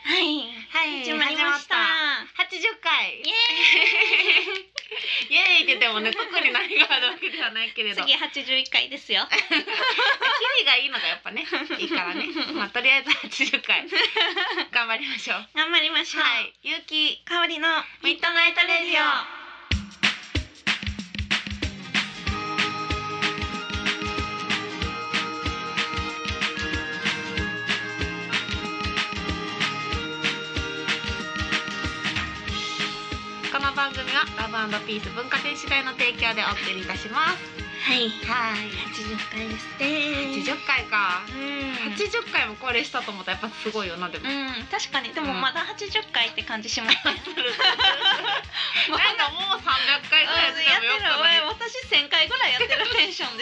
はい始まりました。 80回イエイエーイって言ってもね特に何があるわけではないけれど次81回ですよ。 キリがいいのがやっぱねいいからねまあとりあえず80回頑張りましょう。 頑張りましょう。 はい、ゆうき香りのミッドナイトレディオ。 この番組はラブ&ピース文化電子台の提供でお送りいたします。 はいはい 80回ですね。 80回か、 うん 80回もこれしたと思ったらやっぱすごいよな。でも、 確かにでもまだ80回って感じしますね。 なんかもう300回ぐらいやってやってるもよくない私1000回ぐらいやってるテンションです。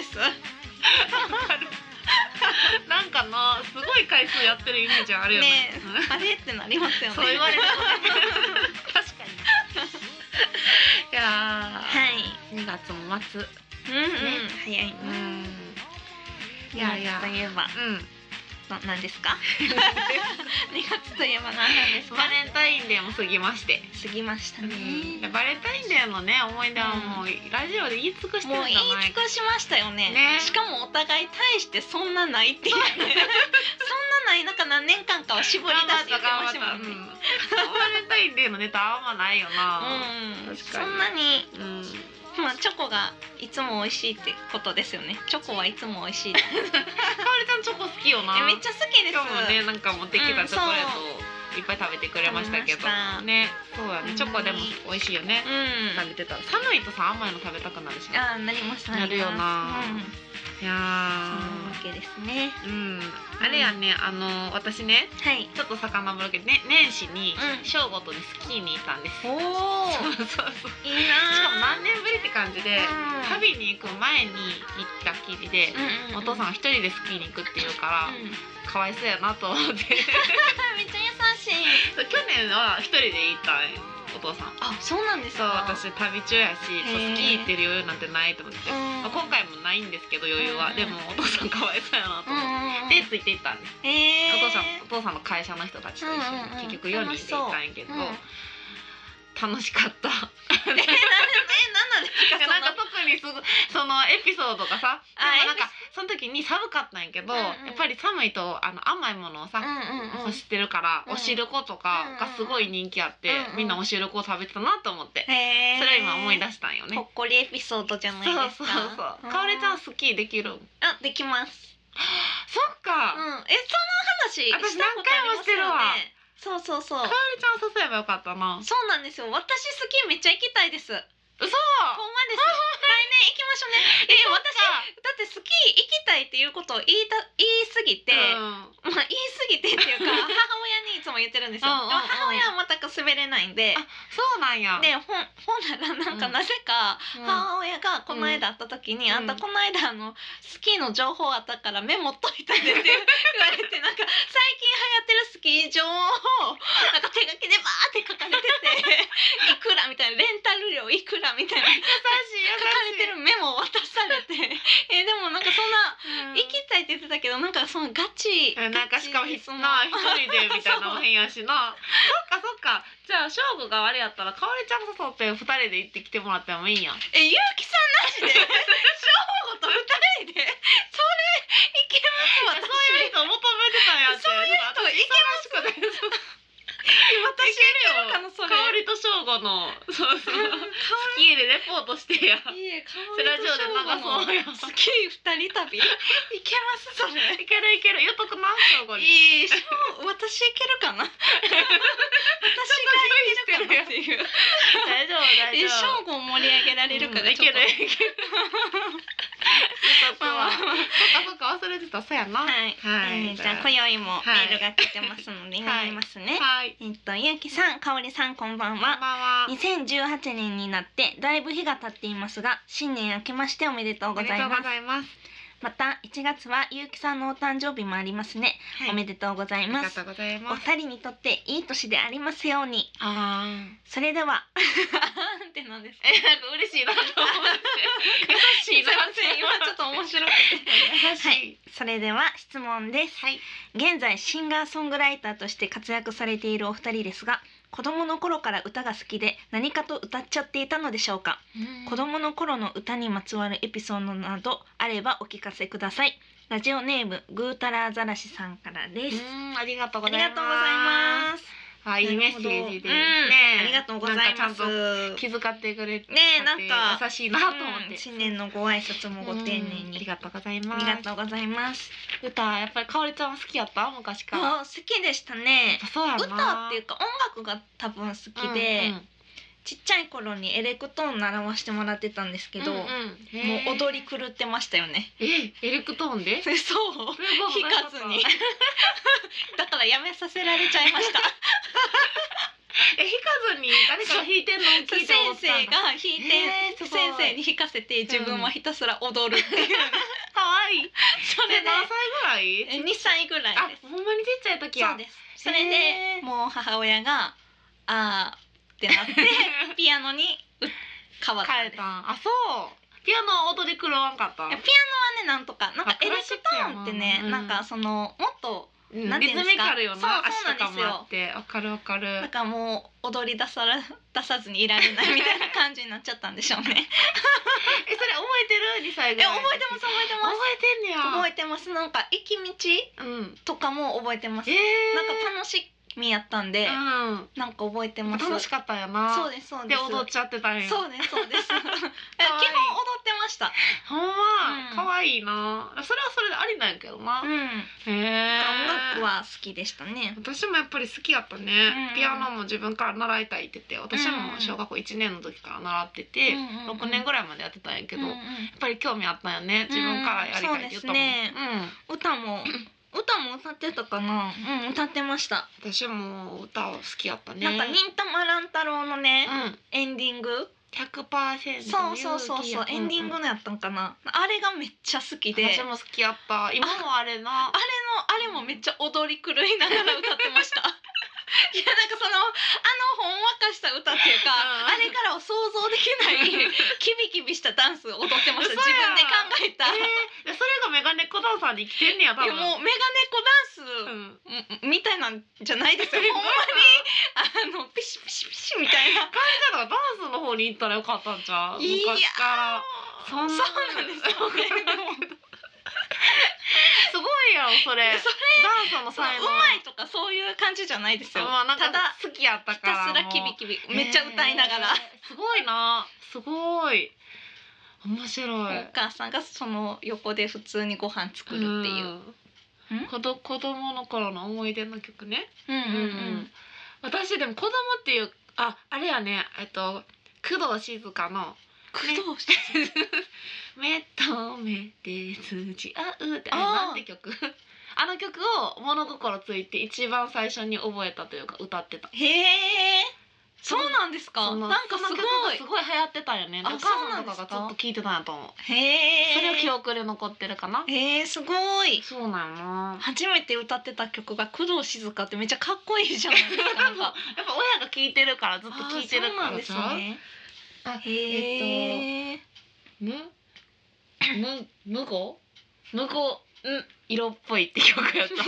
なんかなすごい回数やってるイメージあるよね。 ねあれってなりますよね。 そう言われるとね確かに。いやはい 2月も末。 早いな。 いやいや 2月といえば何ですか？2月といえば何なんですか？ バレンタインデーも過ぎまして過ぎましたね。 バレンタインデーのね思い出はもうラジオで言い尽くしてるんもうじゃない言い尽くしましたよね。しかもお互い大してそんなないっていうね。そんなないなんか何年間かは絞り出して言ってましたもんね。 バレンタインデーのネタあんまないよな。 そんなにまあチョコがいつも美味しいってことですよね。チョコはいつも美味しい。かおりちゃんチョコ好きよな。 めっちゃ好きです。 今日もねなんか持ってきたチョコレートをいっぱい食べてくれましたけどね。そうだねチョコでも美味しいよね。食べてたら寒いとさ甘いの食べたくなるし。 なりますなるよな。いやそのわけですね。 あれやね私ねちょっと遡るけどね年始に正午とねスキーに行ったんです。 おおそういいな。 しかも何年ぶりって感じで旅に行く前に行ったきりでお父さんは一人でスキーに行くっていうからかわいそうやなと思って。めっちゃ優しい。 去年は一人で行ったお父さん。 あ、そうなんですか。 私旅中やしスキー行ってる余裕なんてないと思って、今回もないんですけど余裕は、でもお父さんかわいそうやなと思って、ついて行ったんです。お父さんの会社の人たちと一緒に結局4人で行ったんやけど、楽しかった。なんなんですか。なんか特にそのエピソードがさ、なんかその時に寒かったんやけど、やっぱり寒いと甘いものをさ欲してるからおしることかがすごい人気あって、みんなおしるこを食べてたなと思って、それを今思い出したんよね。 ほっこりエピソードじゃないですか。 そうかおりちゃんスキーできる？ できます。 そっか。 その話私何回もしてるわ。 そう。かおりちゃん誘えばよかったな。 そうなんですよ。私スキーめっちゃ行きたいです。 嘘。 ほんまです。来年行きましょうね。私だってスキー行きたいっていうことを言いすぎて、言いすぎてっていうか母親にいつも言ってるんですよ。でも母親は全く滑れないんで。 そうなんや。 でほんならなんかなぜか母親がこの間会った時に、あんたこの間スキーの情報あったからメモっといたでって言われて、なんか最近流行ってるスキー場をなんか手書きでバーって書かれてて、いくらみたいな、レンタル料いくらみたいな書かれてるメモを渡されて、でもなんかそんな行きたいって言ってたけど、なんかそのガチなんかしかも一人でみたいなも変やしな。そっか。じゃあ正午があれやったらかおりちゃん誘って2人で行ってきてもらってもいいんや。 ゆうきさんなしで正午と2人でそれいけます。 そういう人求めてたんやって。 そういう人いけます。私いけるかなそれ。 かおりと正午のスキーでレポートしてや。 ラジオで流そうや。 スキー2人旅いけますそれ。 いける言っとくな正午に。 私いけるかな。私がいけるかなっていう。 大丈夫。 正午を盛り上げられるかがちょっと。いける。 そっか忘れてた。そうやな。 じゃあ今宵もメールが来てますので読みますね。ゆうきさん、かおりさん、こんばんは。2018年になってだいぶ日が経っていますが、新年明けましておめでとうございます。また1月はゆうきさんのお誕生日もありますね。おめでとうございます。お二人にとっていい年でありますように。それではってなんですか。 なんか嬉しいなと思って。優しいな。 今ちょっと面白くて。 優しい。 それでは質問です、現在シンガーソングライターとして活躍されているお二人ですが、子供の頃から歌が好きで何かと歌っちゃっていたのでしょうか。子供の頃の歌にまつわるエピソードなどあればお聞かせください。ラジオネームグータラアザラシさんからです。 ありがとうございます。 いいメッセージでありがとうございます。 ちゃんと気遣ってくれてなんか優しいなと思って、 新年のご挨拶もご丁寧にありがとうございます。 ありがとうございます。 歌やっぱりかおりちゃんは好きやった？昔から。 好きでしたね。 そうやな。 歌っていうか音楽が多分好きで、ちっちゃい頃にエレクトーン習わしてもらってたんですけど、もう踊り狂ってましたよね。 エレクトーンで？ そう、弾かずにだからやめさせられちゃいました弾かずに誰かが弾いてんのを聞いて思ったんだ。 先生が弾いて、先生に弾かせて自分はひたすら踊るっていうかわいい。それ何歳ぐらい ？2歳ぐらいです。 ほんまにちっちゃい時や。 そうです。それでもう母親がってなってピアノに変わったんです。 そうピアノ踊り狂わんかった？ ピアノはねなんとかエレクトーンってね、なんかそのもっとリズミカルよな。 足とかもあってわかる。だからもう踊り出さずにいられないみたいな感じになっちゃったんでしょうねそれ覚えてる？2歳ぐらい。 覚えてます。 覚えてんねや。 覚えてます。なんか行き道とかも覚えてます。なんか楽しみやったんで、なんか覚えてます。 楽しかったんやな。 そうです。 で踊っちゃってたんや。 そうです。基本踊ってました。 ほんま可愛いな。それはそれでありなんやけどな。音楽は好きでしたね。 私もやっぱり好きやったね。ピアノも自分から習いたいって言って、私も小学校1年の時から習ってて、6年ぐらいまでやってたんやけど、やっぱり興味あったんよね。自分からやりたいって言ったもん。 歌も歌ってたかな。歌ってました。 私も歌好きやったね。 なんか忍たま乱太郎のね、エンディング 100% そうエンディングのやったんかな。あれがめっちゃ好きで。 私も好きやった。今もあれな。 あれもめっちゃ踊り狂いながら歌ってましたいやなんかほんわかした歌っていうか、あれからは想像できないキビキビしたダンスを踊ってました。自分で考えた。 それがメガネっ子ダンサーに生きてんねや多分。 もうメガネっ子ダンスみたいなんじゃないですよ。ほんまにピシピシピシみたいな感じだからダンスの方に行ったらよかったんちゃう？昔からそうなんですよねすごいやんそれ。ダンスの才能うまいとかそういう感じじゃないですよ。 ただ好きやったからひたすらキビキビめっちゃ歌いながら。 すごいな。すごい面白い。 お母さんがその横で普通にご飯作るっていう。 子供の頃の思い出の曲ね。私でも子供っていうあれやね工藤静香の目と目で通じ合うってなんて曲あの曲を物心ついて一番最初に覚えたというか歌ってた。 へえそうなんですか。なんかすごい流行ってたよね。お母さんとかがずっと聴いてたんやと思う。それを記憶で残ってるかな。 すごい。 そうなんやな。 初めて歌ってた曲が工藤静香ってめっちゃかっこいいじゃないですか。 やっぱ親が聴いてるからずっと聴いてるからさ。色っぽいって曲やった。歌って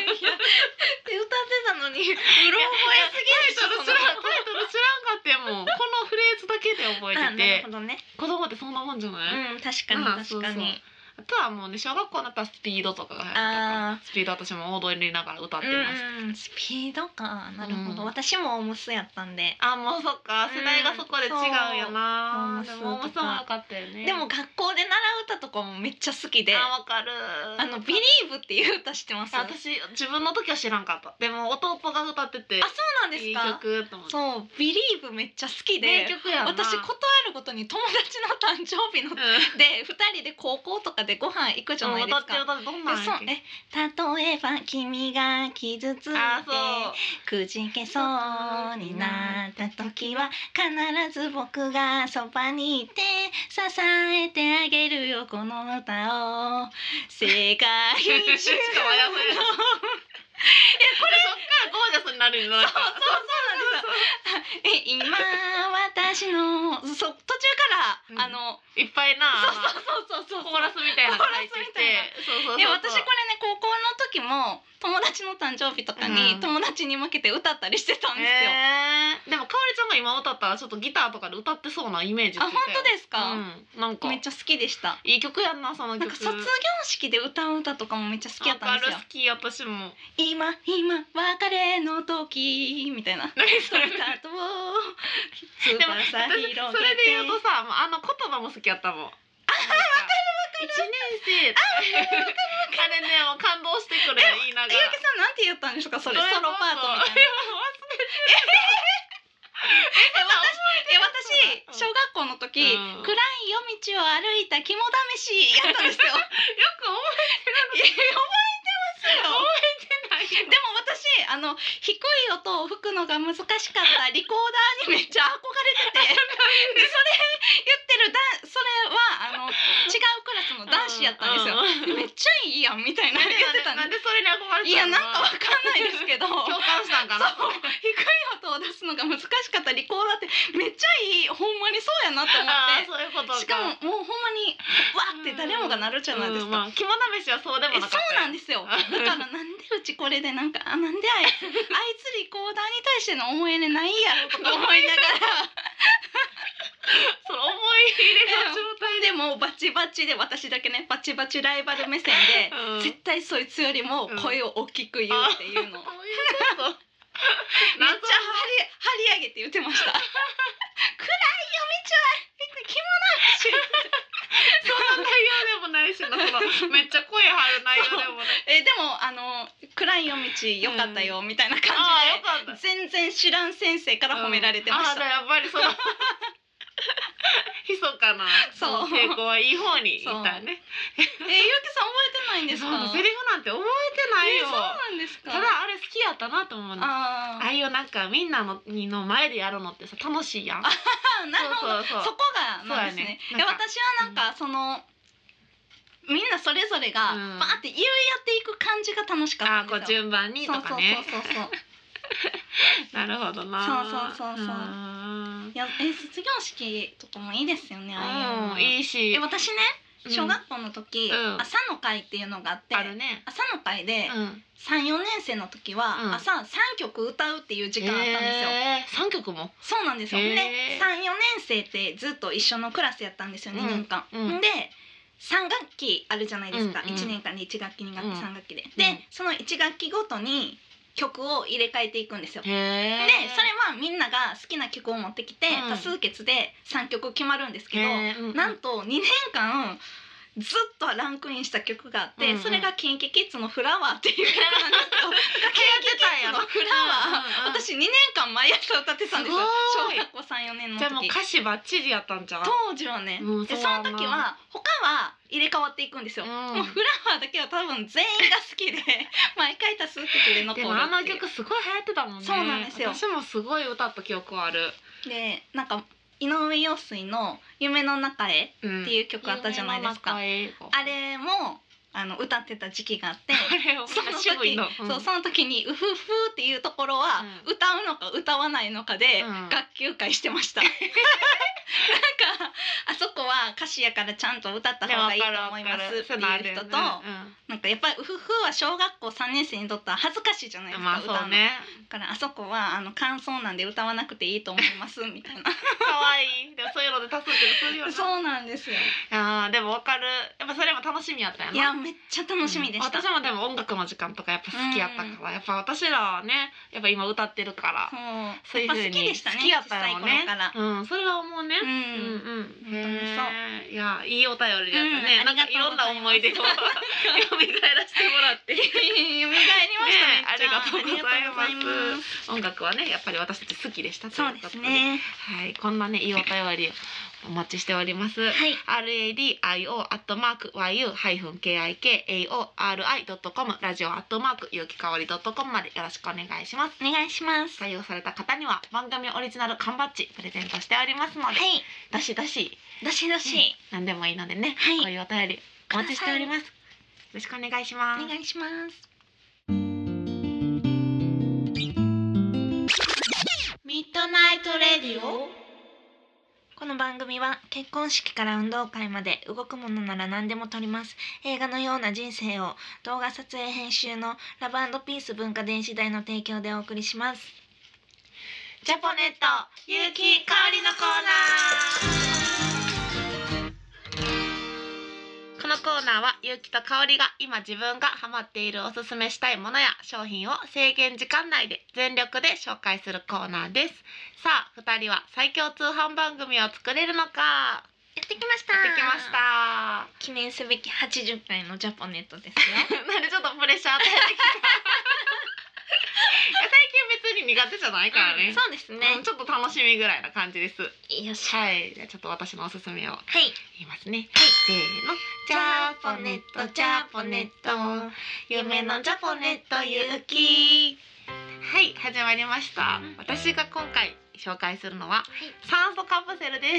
たのにうろ覚えすぎる。 タイトル知らんかってもこのフレーズだけで覚えてて。 なるほどね。 子供ってそんなもんじゃない？ 確かに確かに。 あとはもうね小学校になったらスピードとかが流行ってたからスピード私も踊りながら歌ってました。スピードかなるほど。私もオムスやったんで。 もうそっか世代がそこで違うよな。でもオムスもよかったよね。 でも学校で習う歌とかもめっちゃ好きで。 わかる。 ビリーブっていう歌知ってます？ 私自分の時は知らんかった。でも弟が歌っててそうなんですか。 いい曲と思って。 そうビリーブめっちゃ好きで。 名曲やな。 私ことあるごとに友達の誕生日ので2人で高校とかでご飯行くじゃないですか。 どんなんやっけ？ 例えば君が傷ついてくじけそうになった時は必ず僕がそばにいて支えてあげるよこの歌を世界中のしかもやばい。これそっからゴージャスになるんじゃないか。 そうなんですよ。今私の途中からいっぱいなそうコーラスみたいなのが入ってきてで私これね高校の時も友達の誕生日とかに友達に向けて歌ったりしてたんですよ。 でもかおりちゃんが今歌ったらちょっとギターとかで歌ってそうなイメージついたよ。 あ、本当ですか？ なんかめっちゃ好きでした。 いい曲やんな、その曲。 なんか卒業式で歌う歌とかもめっちゃ好きやったんですよ。 好き、私も。 今別れの時みたいな。 何それ。 でもそれで言うとさ、言葉も好きやったもん。わかる。1年生。あれね、もう感動してくれ言いながら。 ゆうきさんなんて言ったんですか、それソロパートみたいな。私小学校の時、暗い夜道を歩いた肝試しやったんですよ。よく覚えてますよ。覚えてない。でも私低い音を吹くのが難しかったリコーダーにめっちゃ憧れててでそれ言ってるそれは違うクラスの男子やったんですよ。めっちゃいいやんみたいな言ってたんで。 なんでそれに憧れてたの？ いやなんかわかんないですけど共感したんかな。 そう低い音を出すのが難しかったリコーダーってめっちゃいい、ほんまにそうやなと思って。 そういうことか。 しかももうほんまにわって誰もがなるじゃないですか。 肝試しはそうでもなかった。 そうなんですよ。だからなんでうちこれでなんかなんであいつリコーダーに対しての思い入れないやろとか思いながらその思い入れの状態でもバチバチで私だけねバチバチライバル目線で、絶対そいつよりも声を大きく言うっていうのを、めっちゃ張り上げて言ってました。暗い夜道は肝試しそんな内容でもないしな、めっちゃ声張る内容でもない。 でも暗い夜道良かったよみたいな感じで、全然知らん先生から褒められてました。 やっぱりその密かな傾向はいい方にいったね。 ゆうきさん覚えてないんですか？ セリフなんて覚えてないよ。 そうなんですか？ ただあれ好きやったなと思うの。ああいうなんかみんなの前でやるのってさ楽しいやん。 なるほど。そこがなんですね。私はなんかみんなそれぞれがバーって言い合っていく感じが楽しかったんですよ。 順番にとかね。 そうなるほどな。 そういや卒業式とかもいいですよね。 いいし。 私ね小学校の時朝の会っていうのがあって、朝の会で3、4年生の時は朝3曲歌うっていう時間あったんですよ。 3曲も？そうなんですよ。で3、4年生ってずっと一緒のクラスやったんですよ、2年間。で3学期あるじゃないですか。1年間で1学期2学期3学期で。でその1学期ごとに曲を入れ替えていくんですよ。でそれはみんなが好きな曲を持ってきて多数決で3曲決まるんですけど、なんと2年間ずっとランクインした曲があって、それが KinKiKids のフラワーっていう曲なんですけど、KinKiKids のフラワー、私2年間毎朝歌ってたんですよ。小学校3、4年の時。 じゃあもう歌詞バッチリやったんじゃん。 当時はね。でその時は他は入れ替わっていくんですよ。もうフラワーだけは多分全員が好きで毎回多数決で残るっていう。 でも曲すごい流行ってたもんね。 そうなんですよ。 私もすごい歌った記憶ある。 でなんか井上陽水の夢の中へっていう曲あったじゃないですか。あれも歌ってた時期があって、その時にウフフっていうところは歌うのか歌わないのかで学級会してました。なんかあそこは歌詞やからちゃんと歌った方がいいと思いますっていう人と、なんかやっぱりウフフは小学校3年生にとったら恥ずかしいじゃないですか、歌うの。だからあそこは感想なんで歌わなくていいと思いますみたいな。 可愛い。でもそういうので多数決するよね。 そうなんですよ。 でも分かる。やっぱそれも楽しみやったよね。 いやめっちゃ楽しみでした。 私もでも音楽の時間とかやっぱ好きやったから、やっぱ私らはねやっぱ今歌ってるからそういう風に好きやったよね。それは思うね。いやいいお便りだったね。なんかいろんな思い出を蘇らせてもらって蘇りましたね。 ありがとうございます。音楽はねやっぱり私たち好きでしたということで、はい、こんなねいいお便りお待ちしております。radio@yu-kikaori.com ラジオゆうきかおり .com までよろしくお願いします。 お願いします。 採用された方には番組オリジナル缶バッジプレゼントしておりますので、どしどし何でもいいのでね、こういうお便りお待ちしております。よろしくお願いします。 お願いします。ミッドナイトレディオ。 この番組は結婚式から運動会まで動くものなら何でも撮ります。映画のような人生を動画撮影編集のラブ&ピース文化電子台の提供でお送りします。 ジャポネットゆうきかおりのコーナー。このコーナーはゆうきとかおりが今自分がハマっているおすすめしたいものや商品を制限時間内で全力で紹介するコーナーです。さあ2人は最強通販番組を作れるのか。 やってきました。記念すべき80回のジャポネットですよ。 なんでちょっとプレッシャー与えてきた最近別に苦手じゃないからね、 そうですね、 ちょっと楽しみぐらいな感じです。 よし、 はい、じゃあちょっと私のおすすめを言いますね。せーの、 ジャポネットジャポネット夢のジャポネットゆうき。 はい、始まりました。私が今回紹介するのは酸素カプセルです。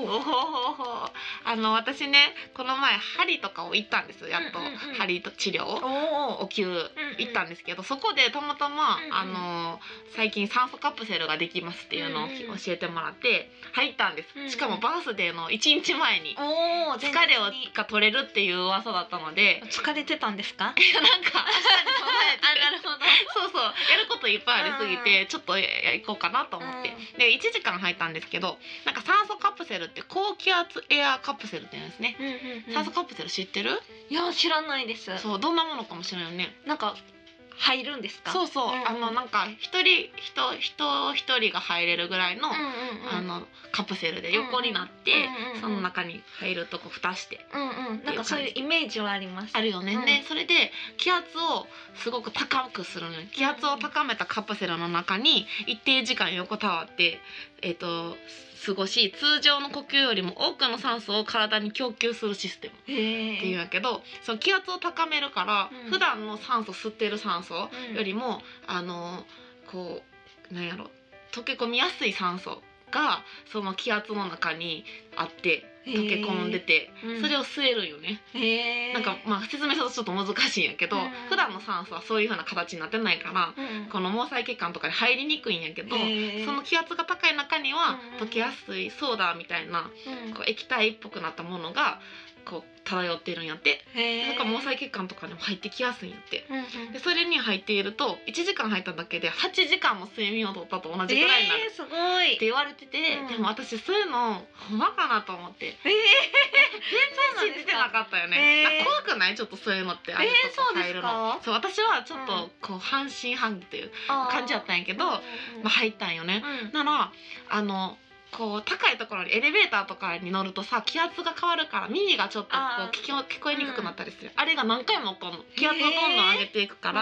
私ね、この前針とかを行ったんです。やっと針と治療お灸行ったんですけど、そこでたまたま最近酸素カプセルができますっていうのを教えてもらって入ったんです。しかもバースデーの1日前に疲れが取れるっていう噂だったので。 疲れてたんですか？ なんか明日に備えてなるほど。 そうやることいっぱいありすぎてちょっと行こうかなと思って、で1時間入ったんですけど、なんか酸素カプセルって高気圧エアカプセルって言うんですね。酸素カプセル知ってる？ いや知らないです。 そう、どんなものかもしれないよね。 なんか入るんですか？ そう、なんか人一人が入れるぐらいのカプセルで横になって、その中に入るとこ蓋して、 なんかそういうイメージはあります。 あるよね。でそれで気圧をすごく高くするのに、気圧を高めたカプセルの中に一定時間横たわって過ごし、通常の呼吸よりも多くの酸素を体に供給するシステムっていうんやけど、その気圧を高めるから、普段の酸素吸ってる酸素よりもこうなんやろ、溶け込みやすい酸素がその気圧の中にあって溶け込んでて、それを吸えるんよね。なんか説明するとちょっと難しいんやけど、普段の酸素はそういう風な形になってないから、この毛細血管とかに入りにくいんやけど、その気圧が高い中には溶けやすいソーダみたいなこう液体っぽくなったものがこう漂っているんやって。だから毛細血管とかにも入ってきやすいんやって。でそれに入っていると1時間入っただけで8時間も睡眠をとったと同じぐらいになる、 すごいって言われてて、でも私そういうのほんまかなと思って、全然信じてなかったよね。怖くない？ちょっとそういうのって、ああいうとこ入るの。そう、私はちょっとこう半信半疑という感じだったんやけど、入ったんよね。ならこう高いところにエレベーターとかに乗るとさ、気圧が変わるから耳がちょっとこう聞こえにくくなったりする、あれが何回も起こるの。気圧をどんどん上げていくから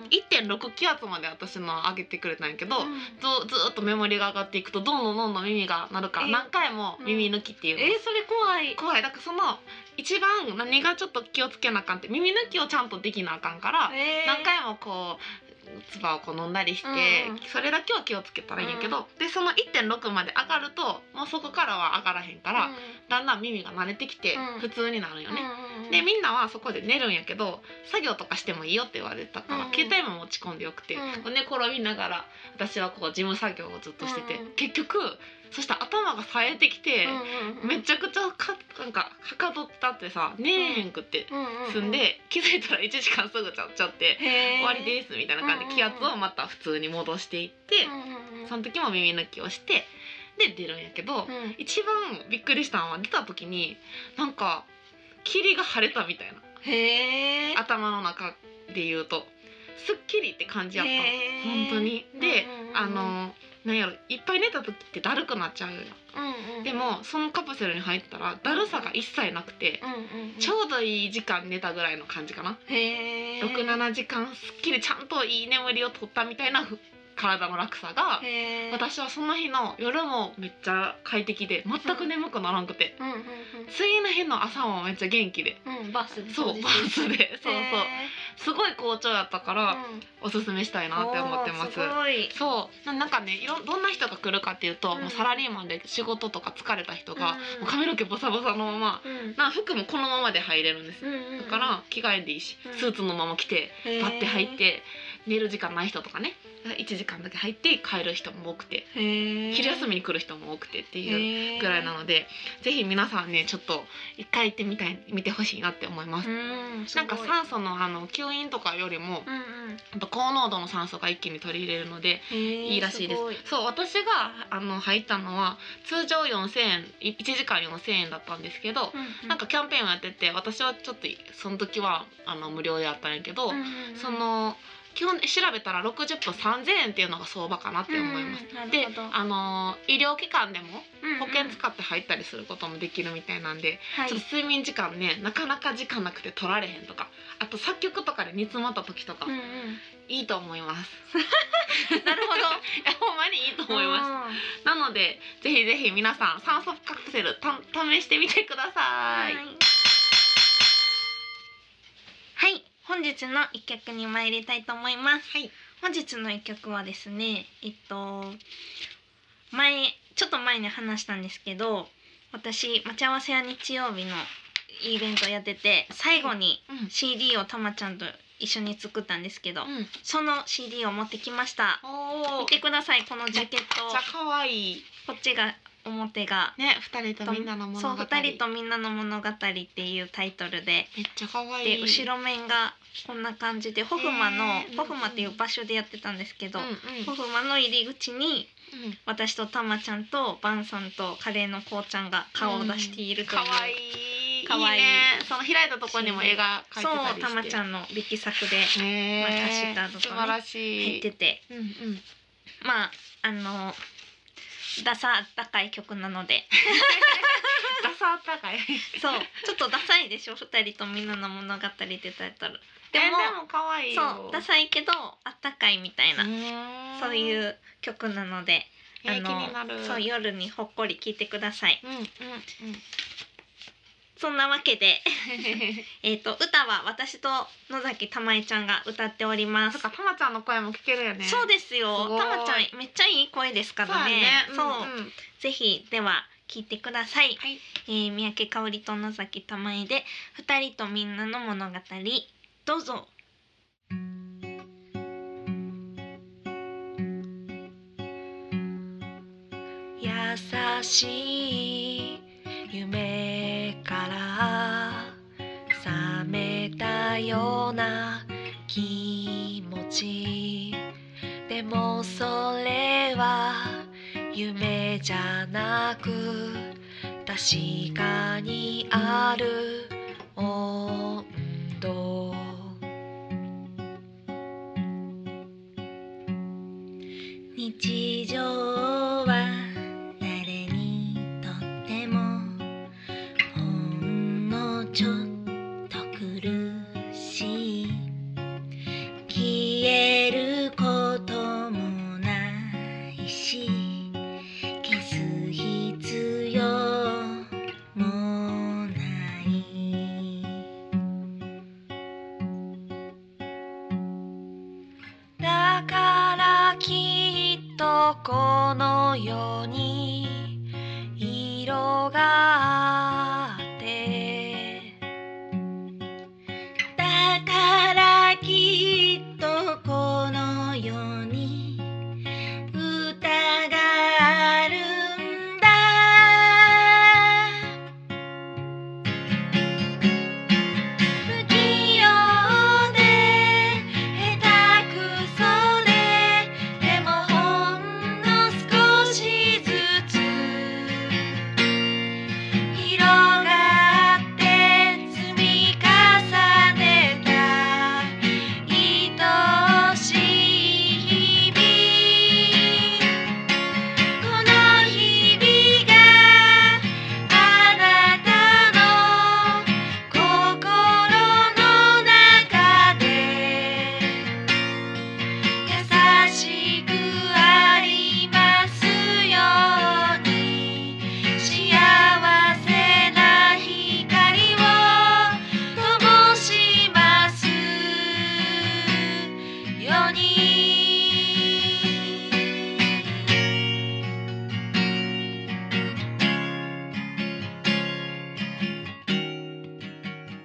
、1.6 気圧まで私の上げてくれたんやけど、ずっとメモリが上がっていくとどんどん耳が鳴るから、何回も耳抜きっていうの。 それ怖い。 だからその一番何がちょっと気をつけなあかんって、耳抜きをちゃんとできなあかんから、何回もこう唾をこう飲んだりして、それだけは気をつけたらいいんやけど、でその 1.6 まで上がるともうそこからは上がらへんから、だんだん耳が慣れてきて普通になるよね。でみんなはそこで寝るんやけど、作業とかしてもいいよって言われたから、携帯も持ち込んでよくて、寝転びながら私はこう事務作業をずっとしてて、結局そしたら頭が冴えてきて、めちゃくちゃなんかはかどったってさ、寝えへんくって済んで、気づいたら1時間すぐ経っちゃって終わりですみたいな感じで気圧をまた普通に戻していって、その時も耳抜きをしてで出るんやけど、一番びっくりしたのは出た時になんか霧が晴れたみたいな、頭の中で言うとすっきりって感じやったの、本当に。でなんやろ、いっぱい寝た時ってだるくなっちゃうよ、でもそのカプセルに入ったらだるさが一切なくて、ちょうどいい時間寝たぐらいの感じかな。6-7時間すっきりちゃんといい眠りをとったみたいな体の楽さが、私はその日の夜もめっちゃ快適で全く眠くならんくて、次の日の朝もめっちゃ元気で、 バスでそうすごい好調やったから、おすすめしたいなって思ってます。そうなんかね、どんな人が来るかっていうと、もうサラリーマンで仕事とか疲れた人が、もう髪の毛ボサボサのまま、服もこのままで入れるんです。だから着替えんでいいし、スーツのまま着てバッて入って寝る時間ない人とかね、 1時間だけ入って帰る人も多くて、昼休みに来る人も多くてっていうぐらいなので、ぜひ皆さんねちょっと一回行って見てほしいなって思います。なんか酸素の吸引とかよりも、高濃度の酸素が一気に取り入れるのでいいらしいです。そう、私が入ったのは通常4000円、1時間4000円だったんですけど、なんかキャンペーンをやってて、私はちょっとその時は無料でやったんやけど、その基本調べたら60分3000円っていうのが相場かなって思います。で、医療機関でも保険使って入ったりすることもできるみたいなんで、ちょっと睡眠時間ねなかなか時間なくて取られへんとか、あと作曲とかで煮詰まった時とか、いいと思います。 なるほど。いやほんまにいいと思います。なのでぜひぜひ皆さん酸素カプセル試してみてください。 はい、本日の一曲に参りたいと思います。本日の一曲はですね、ちょっと前に話したんですけど、私待ち合わせや日曜日のイベントやってて、最後に CD をたまちゃんと一緒に作ったんですけど、その CD を持ってきました。見てください、このジャケット。 めっちゃ可愛い。 こっちが表がね、2人とみんなの物語。 そう、2人とみんなの物語っていうタイトルで、 めっちゃ可愛い。 で後ろ面がこんな感じで、ホフマっていう場所でやってたんですけど、ホフマの入り口に私とたまちゃんとバンさんとカレーのこうちゃんが顔を出しているという、 可愛い。可愛いね。その開いたところにも絵が描いてたりして、そう、たまちゃんの力作で、ハッシュタグとかね入ってて、まあダサ高い曲なのでダサ高いそう、ちょっとダサいでしょ、2人とみんなの物語ってタイトルでも可愛いよ。 そう、ダサいけどあったかいみたいな、そういう曲なので、 気になる。 そう、夜にほっこり聴いてください。そんなわけで歌は私と野崎たまえちゃんが歌っております。 たまちゃんの声も聞けるよね。 そうですよ、たまちゃんめっちゃいい声ですからね。そう、ぜひでは聞いてください。三宅香織と野崎たまえで2人とみんなの物語、どうぞ。優しい夢から覚めたような気持ちでも、それは夢じゃなく確かにある温度。日常は誰にとってもほんのちょっと苦しい、消えることもないし消す必要もない。だからきっとこの世に色があって、だからきっとこの世に歌があるんだ。不器用で下手くそでもほんの少しずつ広がって積み重ねた愛しい日々、この日々があなたの心の中で優しくありますように、幸せな光を灯しますように。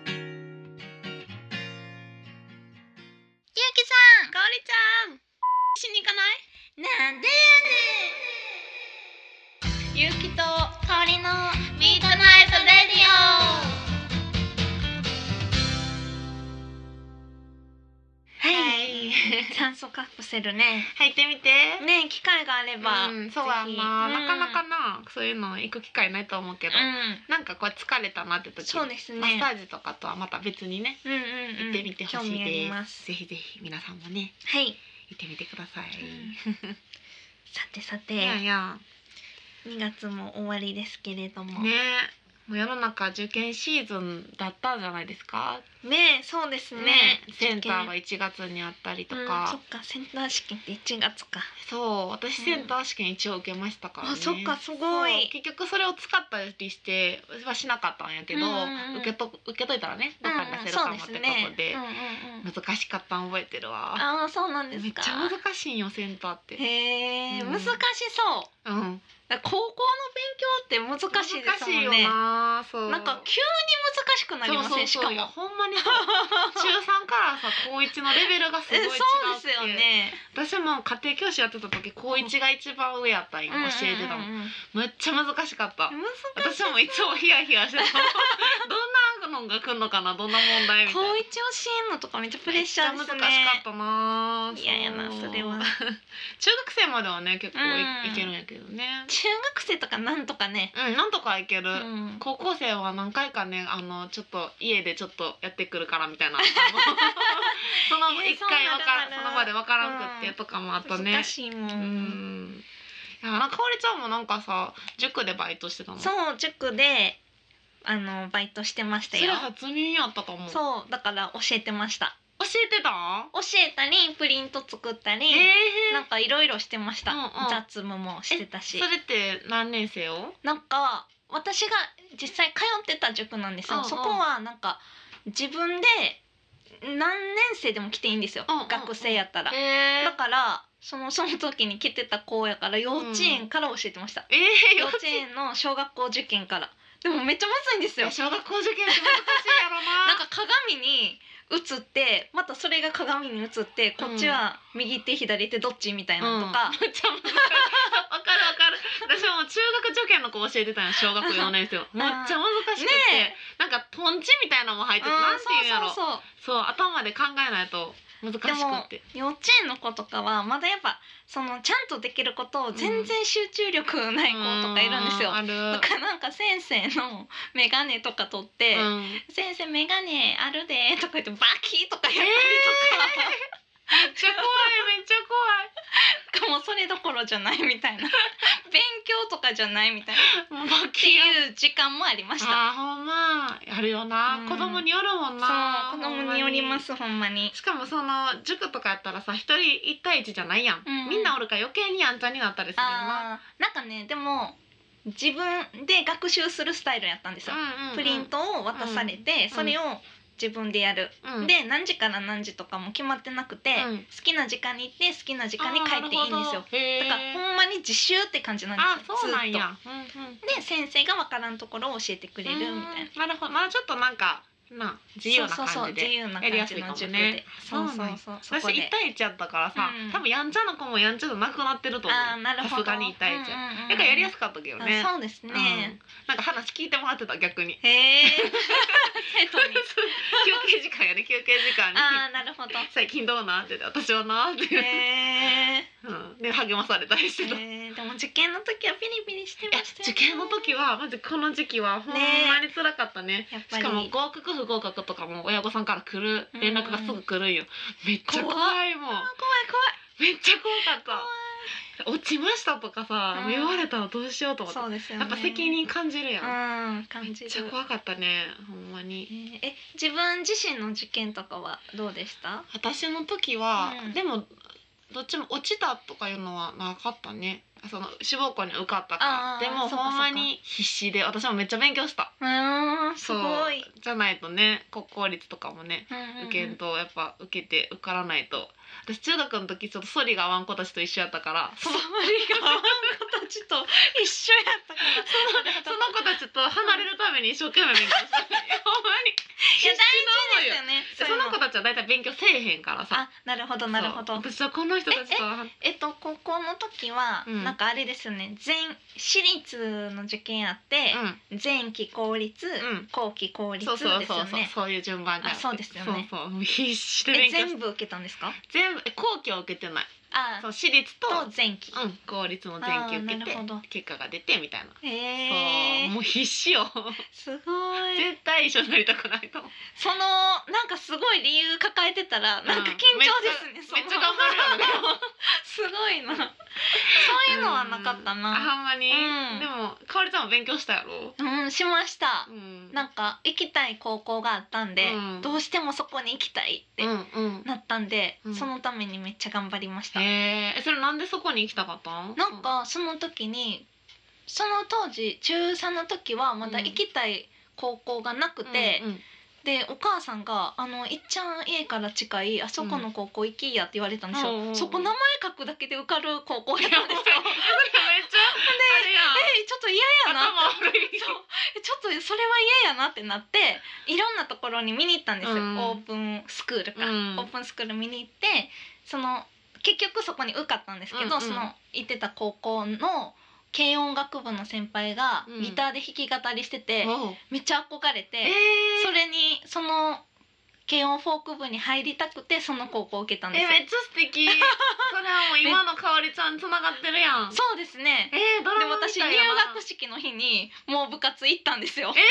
ゆうきさん、かおりちゃん、 しに行かない？ なんでやねん。ゆうきとかおりのミートナイトレディオ。 はい、酸素カプセルね入ってみてね、機会があれば、 そうやな、なかなかなそういうの行く機会ないと思うけど、なんかこう疲れたなって時、 そうですね、 マッサージとかとはまた別にね、行ってみてほしいです。ぜひぜひ皆さんもね、はい、行ってみてください。 さて2月も終わりですけれどもね、 もう世の中受験シーズンだったんじゃないですかね。そうですね、 センターが1月にあったりとか、 そっか、センター試験って1月か。 そう、私センター試験一応受けましたからね。 そっか、すごい。 結局それを使ったりしてはしなかったんやけど、受けといたらね、どっかに出せるかもってことで、難しかったん覚えてるわ。 あ、そうなんですか。 めっちゃ難しいんよセンターって。 へえ、難しそう。高校の勉強って難しいですもんね。なんか急に難しくなりません？しかもほんまに中3からさ高1のレベルがすごい違うって。 そうですよね。 私も家庭教師やってた時高1が一番上やったんよ、教えてたの。めっちゃ難しかった。私もいつもヒヤヒヤしてた。どんなのが来るのかな、どんな問題みたいな。 高1教えんのとかめっちゃプレッシャーですね。 難しかったな。 嫌やなそれは。 中学生まではね結構いけるんやけどね。 中学生とかなんとかね、 なんとかいける。高校生は何回かね、ちょっと家でちょっとやってくるからみたいな。その一回その場でわからんくってとかもあったね。 難しいもん。 いや、かおりちゃんもなんかさ、塾でバイトしてたの？ そう、塾でバイトしてましたよ。 それ初耳やったと思う。 そう、だから教えてました。 教えてた？ 教えたりプリント作ったり、なんかいろいろしてました。雑務もしてたし。 それって何年生を？ なんか私が実際通ってた塾なんですよ。そこはなんか自分で何年生でも来ていいんですよ、学生やったら。だからその時に来てた子やから幼稚園から教えてました。幼稚園の小学校受験から。でもめっちゃむずいんですよ。 小学校受験って難しいやろな。 なんか鏡に映ってまたそれが鏡に映ってこっちは右手左手どっちみたいなのとか、 めっちゃ難しい。わかるわかる。私も中学受験の子教えてたんよ、小学4年生。めっちゃ難しくて、なんかトンチみたいなのも入ってて、なんていうんやろ。そう頭で考えないと難しくって。 幼稚園の子とかはまだやっぱちゃんとできることを全然集中力ない子とかいるんですよ。だからなんか先生の眼鏡とか取って「先生眼鏡あるで」とか言ってバキとかやったりとか。 めっちゃ怖いめっちゃ怖い。 もうそれどころじゃないみたいな。勉強とかじゃないみたいな。 バキいう時間もありました。 ほんまやるよな。子供によるもんな。 そう、子供によりますほんまに。 しかもその塾とかやったらさ、一人一対一じゃないやん。みんなおるから余計にやんちゃになったりするよな。 なんかね、でも自分で学習するスタイルやったんですよ。プリントを渡されて、それを自分でやる、で何時から何時とかも決まってなくて、好きな時間に行って好きな時間に帰っていいんですよ。だからほんまに自習って感じなんですよ。 そうなんや。 で先生がわからんところを教えてくれるみたいな。 なるほど。まあちょっとなんか自由な感じでやりやすいかもね。 そう私1対1やったからさ、多分やんちゃな子もやんちゃじゃなくなってると思う。さすがに1対1。だからやりやすかったけどね。 そうですね。 なんか話聞いてもらってた逆に。 へえ。 休憩時間やで、休憩時間に。 なるほど。 最近どうなって私はなって。で励まされたりしてた。 でも受験の時はピリピリしてましたよね。 受験の時はまずこの時期はほんまに辛かったね。しかも合格不合格とかも親御さんから来る連絡がすぐ来るんよ。めっちゃ怖いもん。怖いめっちゃ怖かった。落ちましたとかさ言われたらどうしようと思って。そうですよね。やっぱ責任感じるやん。めっちゃ怖かったねほんまに。 自分自身の受験とかはどうでした？ 私の時はでもどっちも落ちたとかいうのはなかったね。 その志望校に受かったから。でもほんまに必死で私もめっちゃ勉強した。 すごい。 じゃないとね、国公立とかもね、受けんとやっぱ受けて受からないと。私中学の時ちょっとソリが合わん子たちと一緒やったから、 ソリが合わん子たちと一緒やったからその子たちと離れるために一生懸命勉強した。ほんまに。 いや大事ですよね。 その子たちはだいたい勉強せえへんからさ。 あ、なるほどなるほど。 私はこの人たちと高校の時はなんかあれですよね。私立の受験あって、前期公立、後期公立ですよね。 そういう順番で。 そうですよね。 そう、必死で勉強。 全部受けたんですか？ 全部後期は受けてない。そう私立と前期、 公立の前期受けて結果が出てみたいな。そうもう必死よ。 すごい。 絶対一緒になりたくないと。 そのなんかすごい理由抱えてたらなんか緊張ですね。 めっちゃ頑張るよね。 すごいな。そういうのはなかったな。 ほんまに。でもかおりちゃんも勉強したやろ？ しました。なんか行きたい高校があったんで、どうしてもそこに行きたいってなったんで、そのためにめっちゃ頑張りました。 それなんでそこに行きたかったん？ なんかその時にその当時中3の時はまだ行きたい高校がなくて、でお母さんがいっちゃん家から近いあそこの高校行きやって言われたんですよ。そこ名前書くだけで受かる高校やったんですよ。めっちゃちょっと嫌やなってちょっとそれは嫌やなってなって、いろんなところに見に行ったんですよ。オープンスクールか、オープンスクール見に行って、その結局そこに受かったんですけど、その行ってた高校の軽音楽部の先輩がギターで弾き語りしてて、めっちゃ憧れて、それにその軽音フォーク部に入りたくてその高校を受けたんですよ。 めっちゃ素敵。それはもう今のかおりちゃんつながってるやん。 そうですね。で私入学式の日にもう部活行ったんですよ。先輩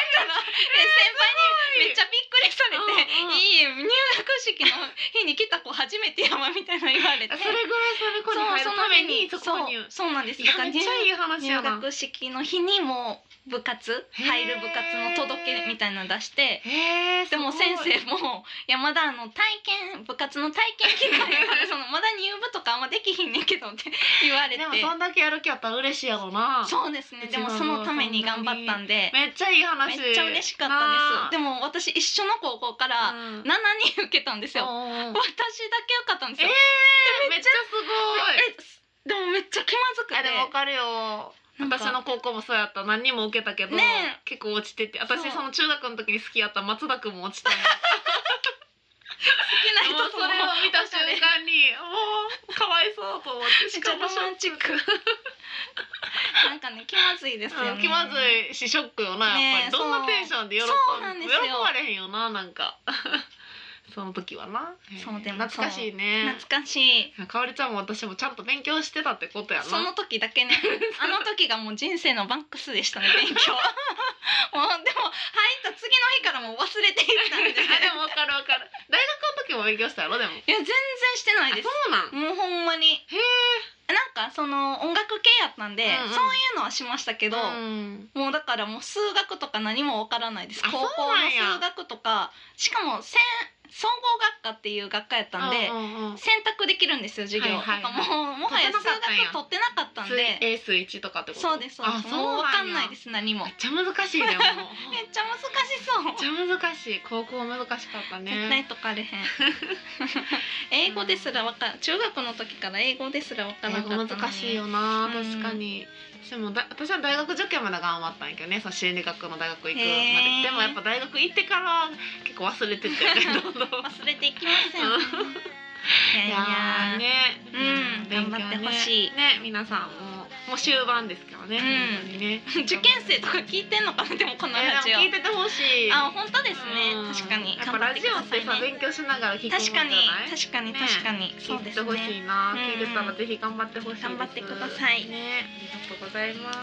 にめっちゃびっくりされて、いい入学式の日に来た子初めてやわみたいな言われて、 それぐらいそれ子に入るためにそこに。 そうなんです。 めっちゃいい話やな。 入学式の日にもう部活入る部活の届けみたいなの出して、でも先生も山田部活の体験期間やからそのまだ入部とかあんまできひんねんけどって言われて。 でもそんだけやる気やったら嬉しいやろな。 そうですね。でもそのために頑張ったんでめっちゃいい話。 めっちゃ嬉しかったです。でも私一緒の高校から7人受けたんですよ。私だけ受かったんですよ。 めっちゃすごい。 でもめっちゃ気まずくて。 でも分かるよ。私の高校もそうやった。何人も受けたけど、結構落ちてて、私その中学の時に好きやった松田くんも落ちたの。好きな人それを見た瞬間にもうかわいそうと思って。 しかもロマンチック。なんかね気まずいですよね。 気まずいしショックよなやっぱり。どんなテンションで喜ばれへんよななんか。その時はな。そうでも懐かしいね。 懐かしい。 かおりちゃんも私もちゃんと勉強してたってことやな。 その時だけね。あの時がもう人生のバンクスでしたね勉強。もうでも入った次の日からもう忘れていったんで。 でもわかるわかる。大学の時も勉強したやろでも。いや全然してないです。 そうなん。 もうほんまに。へえ。なんかその音楽系やったんで、そういうのはしましたけど、もうだからもう数学とか何もわからないです。高校の数学とか、しかも総合学科っていう学科やったんで、選択できるんですよ授業。もはや数学取ってなかったんで。 英数1とかってこと？ そうです。もうわかんないです何も。 めっちゃ難しいねもう。 めっちゃ難しそう。 めっちゃ難しい。高校難しかったね。 絶対解かれへん。英語ですら中学の時から英語ですらわからなかった。 英語難しいよな確かに。でも私は大学受験まで頑張ったんやけどね、その心理学の大学行くまで。でもやっぱ大学行ってから結構忘れててどんどん忘れていきません。いやね、 頑張ってほしいね。皆さんもう終盤ですからね。 受験生とか聞いてんのかなでもこのラジオ。 聞いててほしい。 あ本当ですね。確かに。 やっぱラジオってさ勉強しながら聞くもんじゃない？ 確かにそうですね。聞いてほしいな。聞いてたらぜひ頑張ってほしいです。 頑張ってください。 ね、ありがとうございます。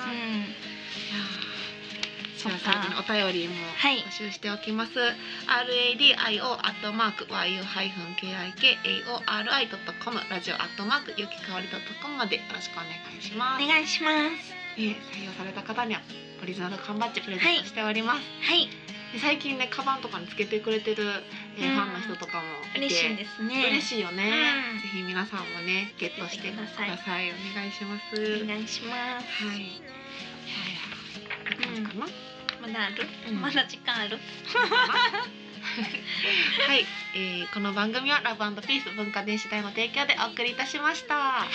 最後にお便りも募集しておきます。radio@yu-kikaori.com ラジオゆきかおり.com までよろしくお願いします。 お願いします。 採用された方にはオリジナル缶バッジプレゼントしております。 はい。 最近ねカバンとかにつけてくれてる、ファンの人とかもいて嬉しいですね。 嬉しいよね。ぜひ皆さんもねゲットしてください。お願いします。 お願いします。 はい。 まだある？まだ時間ある？ はい、この番組はラブ&ピース文化電子台の提供でお送りいたしました。 はい。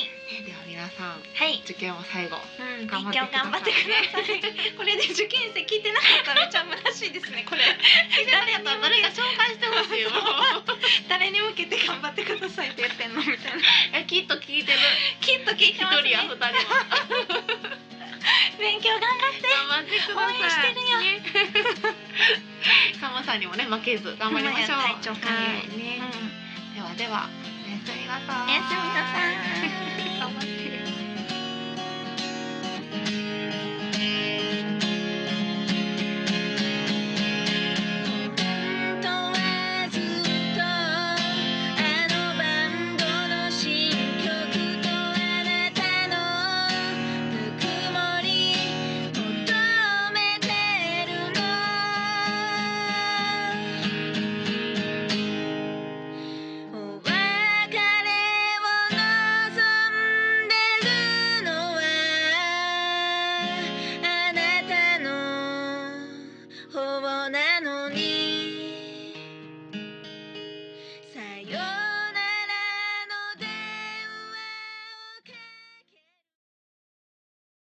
では皆さん、 はい受験は最後、 頑張ってください。これで受験生聞いてなかったらめっちゃ虚しいですね。これ誰が紹介してほしいよ。 誰に向けて頑張ってくださいって言ってんのみたいな。 きっと聞いてる。 きっと聞いてますね。 一人や二人は。 勉強頑張ってください。 応援してるよ。 寒さにもね負けず頑張りましょう。 体調管理ね。 ではおやすみなさい。 おやすみなさい。 頑張って。